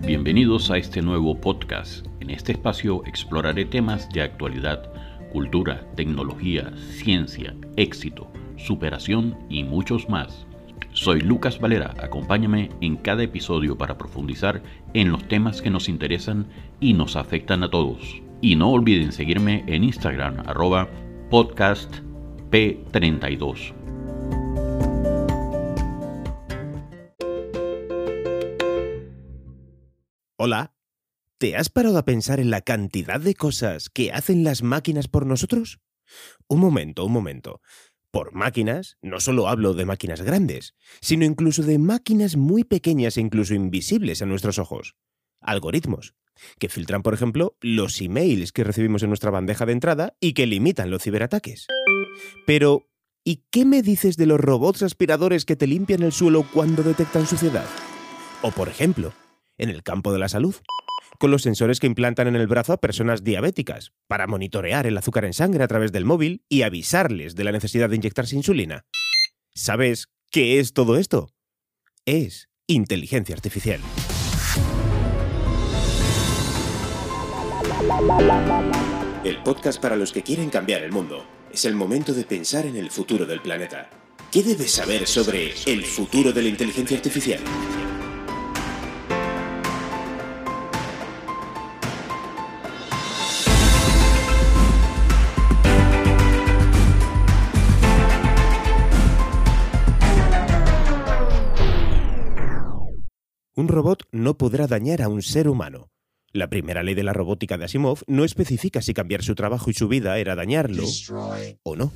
Bienvenidos a este nuevo podcast. En este espacio exploraré temas de actualidad, cultura, tecnología, ciencia, éxito, superación y muchos más. Soy Lucas Valera, acompáñame en cada episodio para profundizar en los temas que nos interesan y nos afectan a todos. Y no olviden seguirme en Instagram, @podcastp32. Hola, ¿te has parado a pensar en la cantidad de cosas que hacen las máquinas por nosotros? Un momento. Por máquinas, no solo hablo de máquinas grandes, sino incluso de máquinas muy pequeñas e incluso invisibles a nuestros ojos. Algoritmos, que filtran, por ejemplo, los emails que recibimos en nuestra bandeja de entrada y que limitan los ciberataques. Pero, ¿y qué me dices de los robots aspiradores que te limpian el suelo cuando detectan suciedad? O, por ejemplo, en el campo de la salud, con los sensores que implantan en el brazo a personas diabéticas para monitorear el azúcar en sangre a través del móvil y avisarles de la necesidad de inyectarse insulina. ¿Sabes qué es todo esto? Es inteligencia artificial. El podcast para los que quieren cambiar el mundo. Es el momento de pensar en el futuro del planeta. ¿Qué debes saber sobre el futuro de la inteligencia artificial? Un robot no podrá dañar a un ser humano. La primera ley de la robótica de Asimov no especifica si cambiar su trabajo y su vida era dañarlo o no.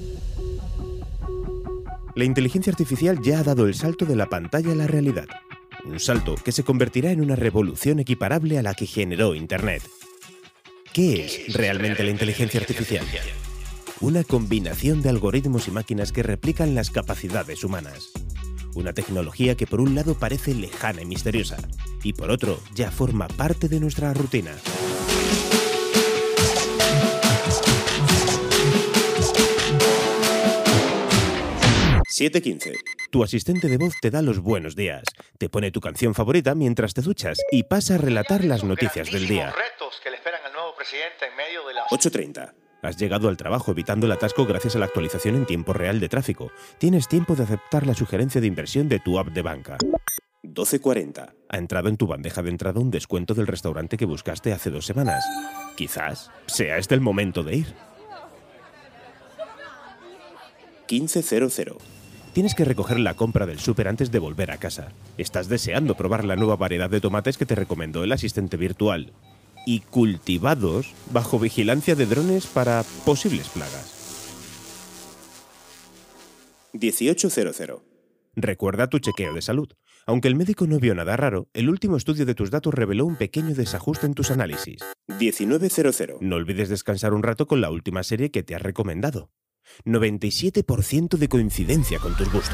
La inteligencia artificial ya ha dado el salto de la pantalla a la realidad. Un salto que se convertirá en una revolución equiparable a la que generó Internet. ¿Qué es realmente la inteligencia artificial? Una combinación de algoritmos y máquinas que replican las capacidades humanas. Una tecnología que por un lado parece lejana y misteriosa, y por otro ya forma parte de nuestra rutina. «7:15. Tu asistente de voz te da los buenos días, te pone tu canción favorita mientras te duchas y pasa a relatar las noticias del día. 8:30. Has llegado al trabajo evitando el atasco gracias a la actualización en tiempo real de tráfico. Tienes tiempo de aceptar la sugerencia de inversión de tu app de banca. 12:40. Ha entrado en tu bandeja de entrada un descuento del restaurante que buscaste hace 2 semanas. Quizás sea este el momento de ir. 15:00. Tienes que recoger la compra del súper antes de volver a casa. Estás deseando probar la nueva variedad de tomates que te recomendó el asistente virtual. Y cultivados bajo vigilancia de drones para posibles plagas. 18:00. Recuerda tu chequeo de salud. Aunque el médico no vio nada raro, el último estudio de tus datos reveló un pequeño desajuste en tus análisis. 19:00. No olvides descansar un rato con la última serie que te has recomendado. 97% de coincidencia con tus gustos.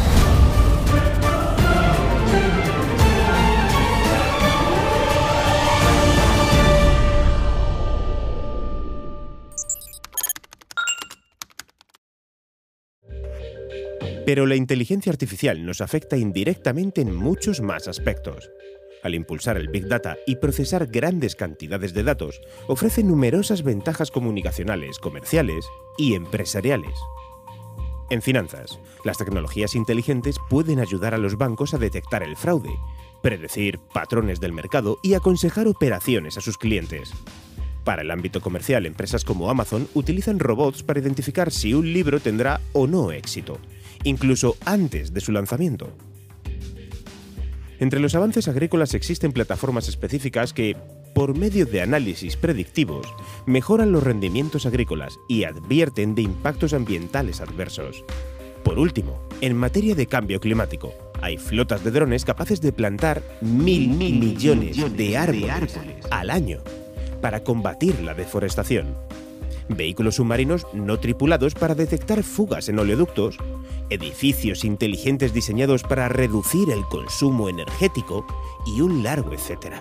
Pero la inteligencia artificial nos afecta indirectamente en muchos más aspectos. Al impulsar el Big Data y procesar grandes cantidades de datos, ofrece numerosas ventajas comunicacionales, comerciales y empresariales. En finanzas, las tecnologías inteligentes pueden ayudar a los bancos a detectar el fraude, predecir patrones del mercado y aconsejar operaciones a sus clientes. Para el ámbito comercial, empresas como Amazon utilizan robots para identificar si un libro tendrá o no éxito, incluso antes de su lanzamiento. Entre los avances agrícolas existen plataformas específicas que, por medio de análisis predictivos, mejoran los rendimientos agrícolas y advierten de impactos ambientales adversos. Por último, en materia de cambio climático, hay flotas de drones capaces de plantar 1.000 millones de árboles al año para combatir la deforestación. Vehículos submarinos no tripulados para detectar fugas en oleoductos, edificios inteligentes diseñados para reducir el consumo energético y un largo etcétera.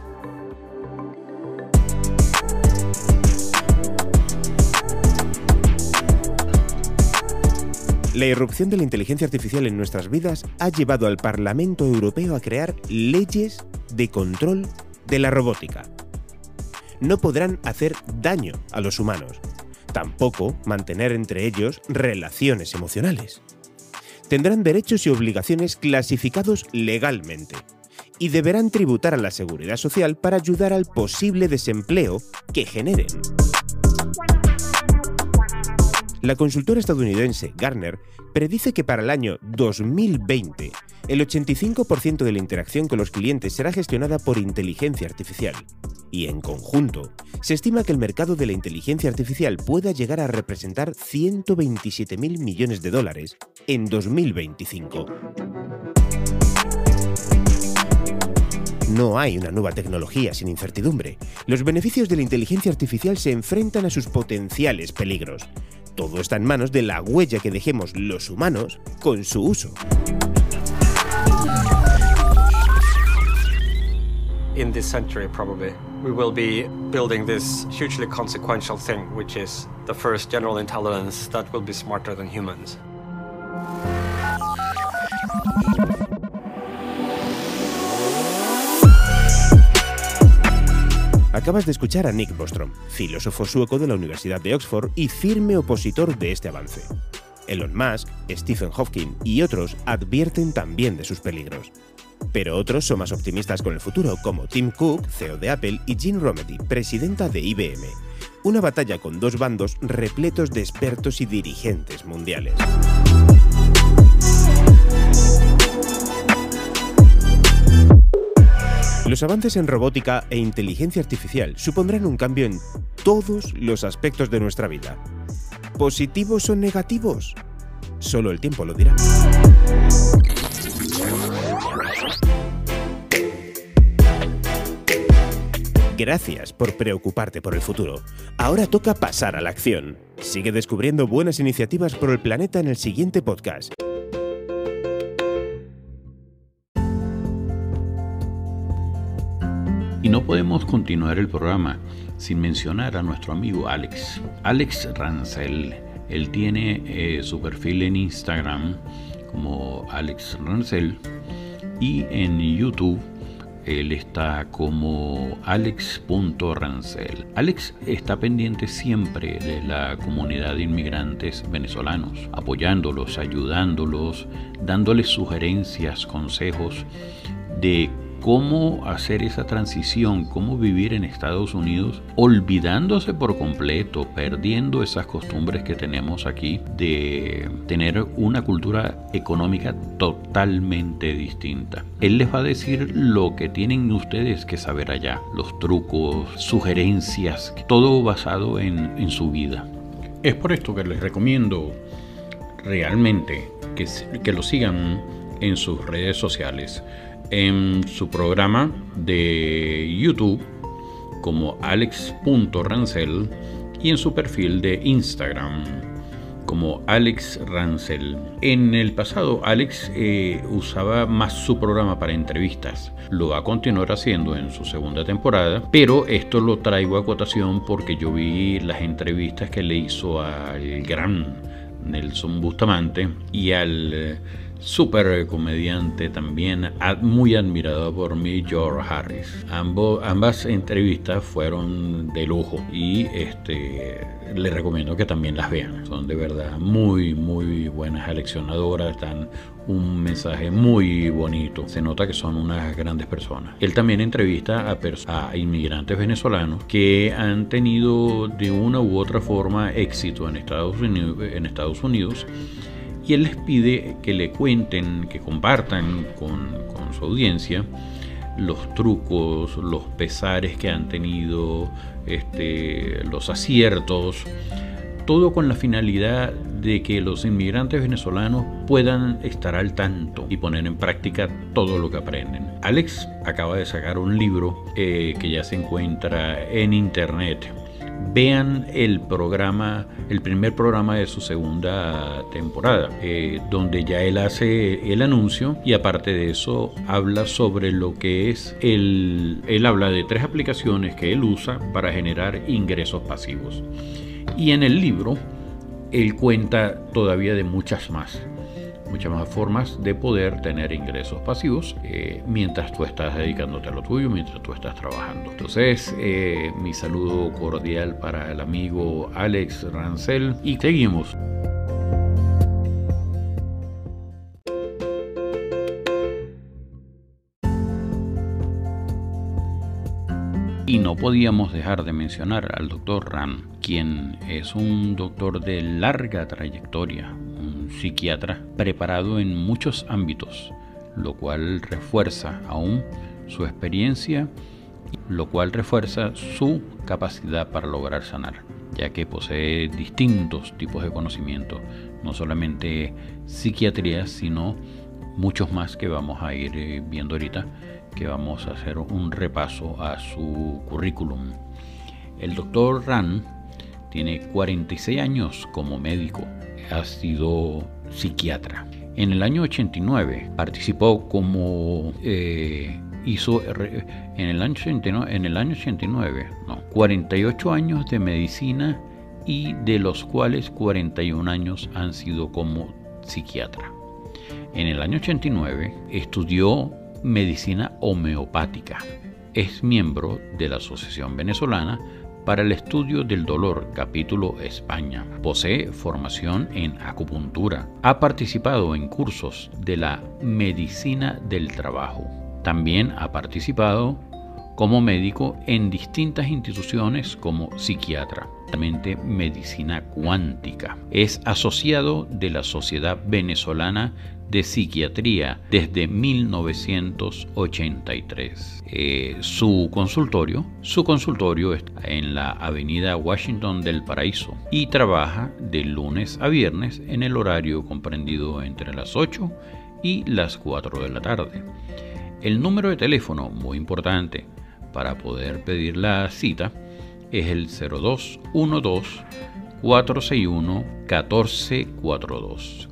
La irrupción de la inteligencia artificial en nuestras vidas ha llevado al Parlamento Europeo a crear leyes sistemas de control de la robótica. No podrán hacer daño a los humanos, tampoco mantener entre ellos relaciones emocionales. Tendrán derechos y obligaciones clasificados legalmente y deberán tributar a la seguridad social para ayudar al posible desempleo que generen. La consultora estadounidense Gartner predice que para el año 2020 el 85% de la interacción con los clientes será gestionada por inteligencia artificial y, en conjunto, se estima que el mercado de la inteligencia artificial pueda llegar a representar 127.000 millones de dólares en 2025. No hay una nueva tecnología sin incertidumbre. Los beneficios de la inteligencia artificial se enfrentan a sus potenciales peligros. Todo está en manos de la huella que dejemos los humanos con su uso. In this century, probably, we will be building this hugely consequential thing, which is the first general intelligence that will be smarter than humans. Acabas de escuchar a Nick Bostrom, filósofo sueco de la Universidad de Oxford y firme opositor de este avance. Elon Musk, Stephen Hawking y otros advierten también de sus peligros. Pero otros son más optimistas con el futuro, como Tim Cook, CEO de Apple, y Jean Rometty, presidenta de IBM. Una batalla con dos bandos repletos de expertos y dirigentes mundiales. Los avances en robótica e inteligencia artificial supondrán un cambio en todos los aspectos de nuestra vida. ¿Positivos o negativos? Solo el tiempo lo dirá. Gracias por preocuparte por el futuro. Ahora toca pasar a la acción. Sigue descubriendo buenas iniciativas por el planeta en el siguiente podcast. Y no podemos continuar el programa sin mencionar a nuestro amigo Alex Rancel. Él tiene su perfil en Instagram como Alex Rancel y en YouTube él está como alex.rancel. Alex está pendiente siempre de la comunidad de inmigrantes venezolanos, apoyándolos, ayudándolos, dándoles sugerencias, consejos de cómo hacer esa transición, cómo vivir en Estados Unidos, olvidándose por completo, perdiendo esas costumbres que tenemos aquí de tener una cultura económica totalmente distinta. Él les va a decir lo que tienen ustedes que saber allá, los trucos, sugerencias, todo basado en su vida. Es por esto que les recomiendo realmente que lo sigan en sus redes sociales. En su programa de YouTube como alex.rancel y en su perfil de Instagram como Alex Rancel. En el pasado Alex usaba más su programa para entrevistas. Lo va a continuar haciendo en su segunda temporada, pero esto lo traigo a cotación porque yo vi las entrevistas que le hizo al gran Nelson Bustamante y al super comediante también muy admirado por mí, George Harris. Ambas entrevistas fueron de lujo y les recomiendo que también las vean. Son de verdad muy buenas, aleccionadoras, dan un mensaje muy bonito. Se nota que son unas grandes personas. Él también entrevista a inmigrantes venezolanos que han tenido de una u otra forma éxito en Estados Unidos. Y él les pide que le cuenten, que compartan con su audiencia los trucos, los pesares que han tenido, los aciertos, todo con la finalidad de que los inmigrantes venezolanos puedan estar al tanto y poner en práctica todo lo que aprenden. Alex acaba de sacar un libro que ya se encuentra en internet. Vean el primer programa de su segunda temporada, donde ya él hace el anuncio y aparte de eso habla sobre lo que es él habla de 3 aplicaciones que él usa para generar ingresos pasivos. Y en el libro él cuenta todavía de muchas más. muchas más formas de poder tener ingresos pasivos mientras tú estás dedicándote a lo tuyo, mientras tú estás trabajando. Entonces, mi saludo cordial para el amigo Alex Rancel y seguimos. Y no podíamos dejar de mencionar al Dr. Rand, quien es un doctor de larga trayectoria, un psiquiatra preparado en muchos ámbitos, lo cual refuerza aún su experiencia, lo cual refuerza su capacidad para lograr sanar, ya que posee distintos tipos de conocimiento, no solamente psiquiatría, sino muchos más que vamos a ir viendo ahorita, que vamos a hacer un repaso a su currículum. El Dr. Rand tiene 46 años como médico, ha sido psiquiatra. En el año 89 participó como 48 años de medicina, y de los cuales 41 años han sido como psiquiatra. En el año 89 estudió medicina homeopática. Es miembro de la Asociación Venezolana para el Estudio del Dolor, capítulo España. Posee formación en acupuntura. Ha participado en cursos de la medicina del trabajo. También ha participado como médico en distintas instituciones como psiquiatra, también medicina cuántica. Es asociado de la Sociedad Venezolana de Psiquiatría desde 1983. Su consultorio está en la avenida Washington del Paraíso y trabaja de lunes a viernes en el horario comprendido entre las 8 y las 4 de la tarde. El número de teléfono, muy importante, para poder pedir la cita es el 0212-461-1442.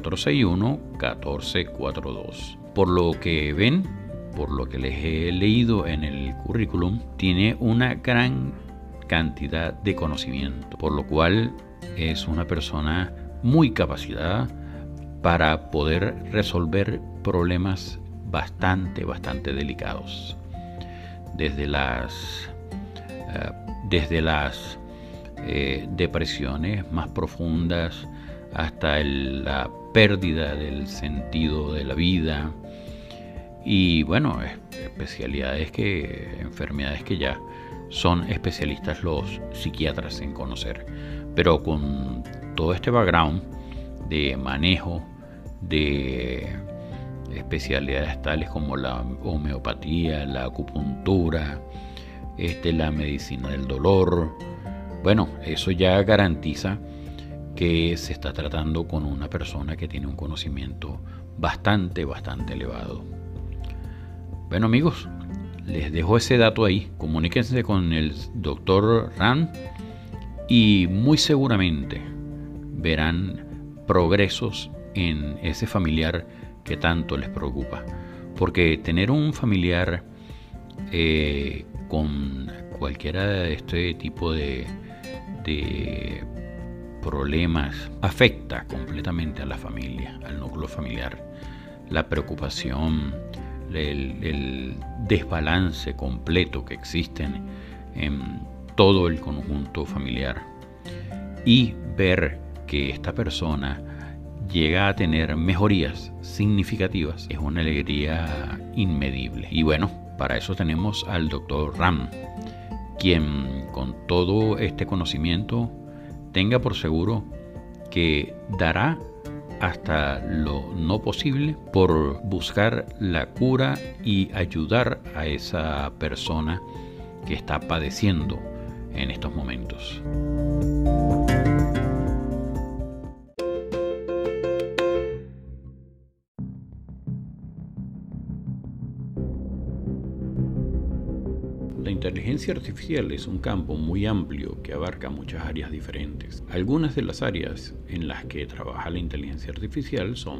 461-1442. Por lo que ven, por lo que les he leído en el currículum, tiene una gran cantidad de conocimiento, por lo cual es una persona muy capacitada para poder resolver problemas bastante delicados. Desde las depresiones más profundas hasta la pérdida del sentido de la vida, y bueno, enfermedades que ya son especialistas los psiquiatras en conocer, pero con todo este background de manejo de especialidades tales como la homeopatía, la acupuntura, la medicina del dolor. Bueno, eso ya garantiza que se está tratando con una persona que tiene un conocimiento bastante elevado. Bueno, amigos, les dejo ese dato ahí. Comuníquense con el Dr. Rand y muy seguramente verán progresos en ese familiar que tanto les preocupa, porque tener un familiar con cualquiera de este tipo de problemas afecta completamente a la familia, al núcleo familiar. La preocupación, el desbalance completo que existen en todo el conjunto familiar, y ver que esta persona llega a tener mejorías significativas es una alegría inmedible. Y bueno, para eso tenemos al Dr. Rand, quien con todo este conocimiento tenga por seguro que dará hasta lo no posible por buscar la cura y ayudar a esa persona que está padeciendo en estos momentos. La inteligencia artificial es un campo muy amplio que abarca muchas áreas diferentes. Algunas de las áreas en las que trabaja la inteligencia artificial son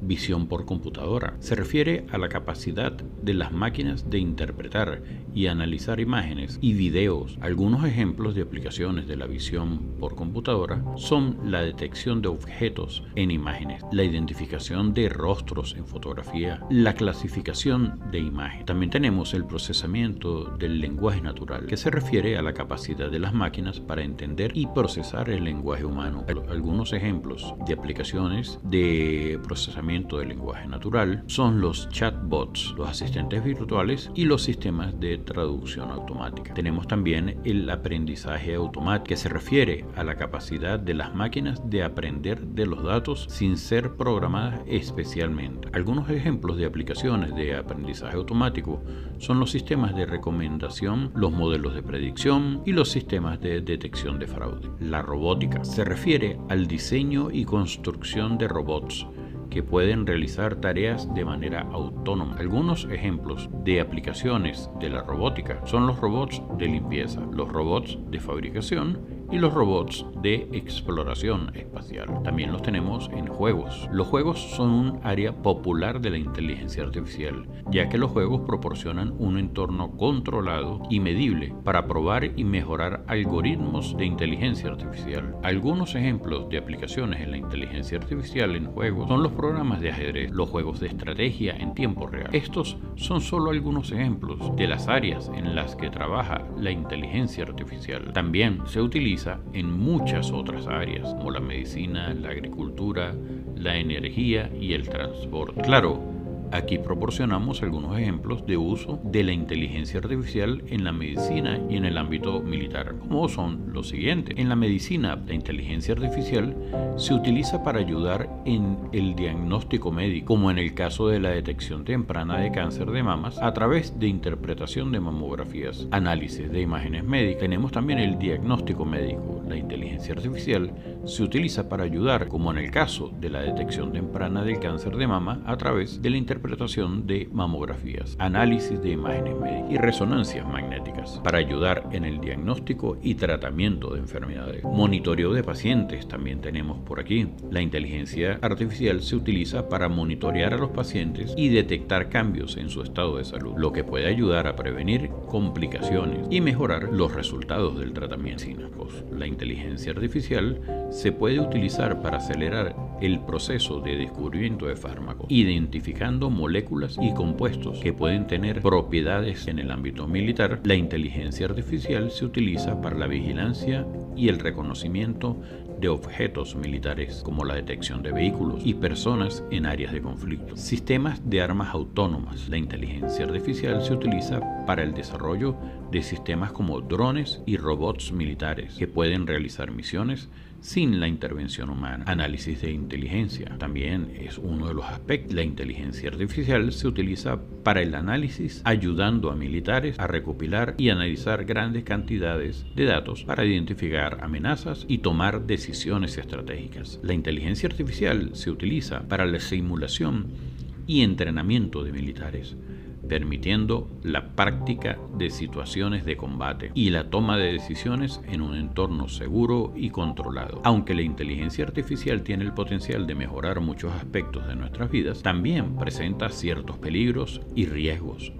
Visión por computadora. Se refiere a la capacidad de las máquinas de interpretar y analizar imágenes y videos. Algunos ejemplos de aplicaciones de la visión por computadora son la detección de objetos en imágenes, la identificación de rostros en fotografía, la clasificación de imágenes. También tenemos el procesamiento del lenguaje natural, que se refiere a la capacidad de las máquinas para entender y procesar el lenguaje humano. Algunos ejemplos de aplicaciones de procesamiento del lenguaje natural son los chatbots, los asistentes virtuales y los sistemas de traducción automática. Tenemos también el aprendizaje automático, que se refiere a la capacidad de las máquinas de aprender de los datos sin ser programadas especialmente. Algunos ejemplos de aplicaciones de aprendizaje automático son los sistemas de recomendación, los modelos de predicción y los sistemas de detección de fraude. La robótica se refiere al diseño y construcción de robots que pueden realizar tareas de manera autónoma. Algunos ejemplos de aplicaciones de la robótica son los robots de limpieza, los robots de fabricación y los robots de exploración espacial. También los tenemos en juegos. Los juegos son un área popular de la inteligencia artificial, ya que los juegos proporcionan un entorno controlado y medible para probar y mejorar algoritmos de inteligencia artificial. Algunos ejemplos de aplicaciones en la inteligencia artificial en juegos son los programas de ajedrez, los juegos de estrategia en tiempo real. Estos son solo algunos ejemplos de las áreas en las que trabaja la inteligencia artificial. También se utiliza en muchas otras áreas, como la medicina, la agricultura, la energía y el transporte. Claro, aquí proporcionamos algunos ejemplos de uso de la inteligencia artificial en la medicina y en el ámbito militar, como son los siguientes. En la medicina, la inteligencia artificial se utiliza para ayudar en el diagnóstico médico, como en el caso de la detección temprana de cáncer de mamas a través de interpretación de mamografías, análisis de imágenes médicas. Tenemos también el diagnóstico médico. La inteligencia artificial se utiliza para ayudar, como en el caso de la detección temprana del cáncer de mama a través de la interpretación de mamografías, análisis de imágenes médicas y resonancias magnéticas, para ayudar en el diagnóstico y tratamiento de enfermedades. Monitoreo de pacientes también tenemos por aquí. La inteligencia artificial se utiliza para monitorear a los pacientes y detectar cambios en su estado de salud, lo que puede ayudar a prevenir complicaciones y mejorar los resultados del tratamiento. La inteligencia artificial se puede utilizar para acelerar el proceso de descubrimiento de fármacos, identificando moléculas y compuestos que pueden tener propiedades en el ámbito militar. La inteligencia artificial se utiliza para la vigilancia y el reconocimiento de objetos militares, como la detección de vehículos y personas en áreas de conflicto. Sistemas de armas autónomas. La inteligencia artificial se utiliza para el desarrollo de sistemas como drones y robots militares que pueden realizar misiones sin la intervención humana. Análisis de inteligencia también es uno de los aspectos. La inteligencia artificial se utiliza para el análisis, ayudando a militares a recopilar y analizar grandes cantidades de datos para identificar amenazas y tomar decisiones estratégicas. La inteligencia artificial se utiliza para la simulación y entrenamiento de militares, permitiendo la práctica de situaciones de combate y la toma de decisiones en un entorno seguro y controlado. Aunque la inteligencia artificial tiene el potencial de mejorar muchos aspectos de nuestras vidas, también presenta ciertos peligros y riesgos.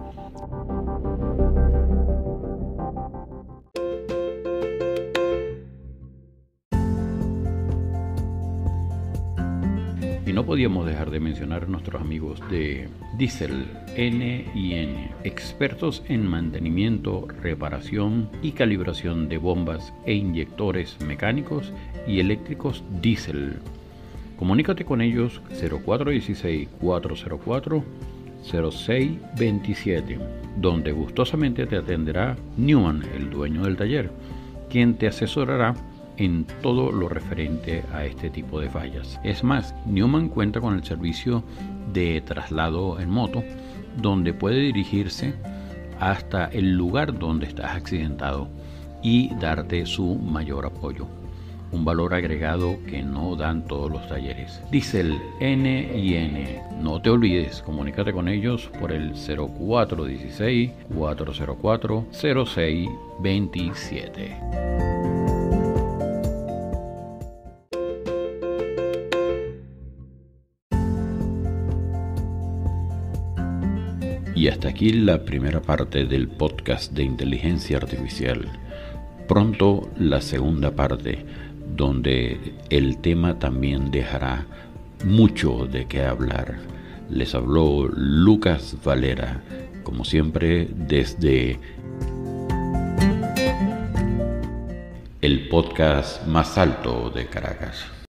Y no podíamos dejar de mencionar a nuestros amigos de Diesel N&N, expertos en mantenimiento, reparación y calibración de bombas e inyectores mecánicos y eléctricos Diesel. Comunícate con ellos 0416-404-0627, donde gustosamente te atenderá Newman, el dueño del taller, quien te asesorará en todo lo referente a este tipo de fallas. Es más, Newman cuenta con el servicio de traslado en moto, donde puede dirigirse hasta el lugar donde estás accidentado y darte su mayor apoyo, un valor agregado que no dan todos los talleres. Diesel N&N, no te olvides, comunícate con ellos por el 0416-404-0627. Y hasta aquí la primera parte del podcast de inteligencia artificial. Pronto la segunda parte, donde el tema también dejará mucho de qué hablar. Les habló Lucas Valera, como siempre desde el podcast más alto de Caracas.